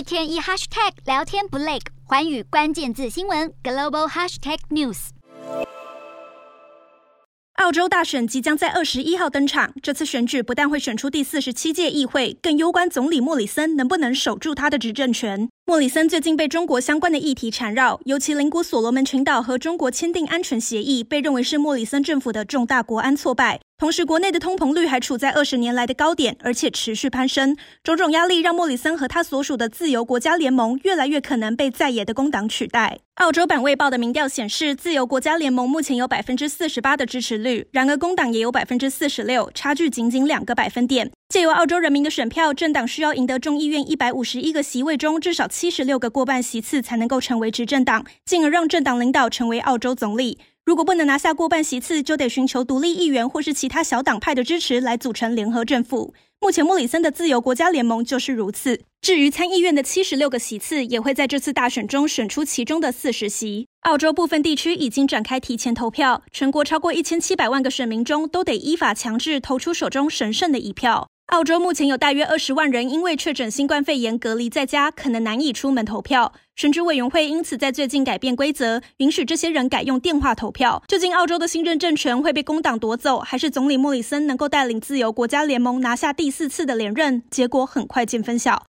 天一 hashtag 聊天不累，寰宇关键字新闻 global hashtag news。 澳洲大选即将在21号登场，这次选举不但会选出第47届议会，更攸关总理莫里森能不能守住他的执政权。莫里森最近被中国相关的议题缠绕，尤其邻国所罗门群岛和中国签订安全协议，被认为是莫里森政府的重大国安挫败。同时，国内的通膨率还处在20年来的高点，而且持续攀升。种种压力让莫里森和他所属的自由国家联盟越来越可能被在野的工党取代。澳洲版卫报的民调显示，自由国家联盟目前有 48% 的支持率，然而工党也有 46%， 差距仅仅2个百分点。借由澳洲人民的选票，政党需要赢得众议院151个席位中至少76个过半席次才能够成为执政党，进而让政党领导成为澳洲总理。如果不能拿下过半席次，就得寻求独立议员或是其他小党派的支持来组成联合政府。目前莫里森的自由国家联盟就是如此。至于参议院的76个席次，也会在这次大选中选出其中的40席。澳洲部分地区已经展开提前投票，全国超过1700万个选民中都得依法强制投出手中神圣的一票。澳洲目前有大约20万人因为确诊新冠肺炎隔离在家，可能难以出门投票。选举委员会因此在最近改变规则，允许这些人改用电话投票。究竟澳洲的新任政权会被工党夺走，还是总理莫里森能够带领自由国家联盟拿下第4次的连任？结果很快见分晓。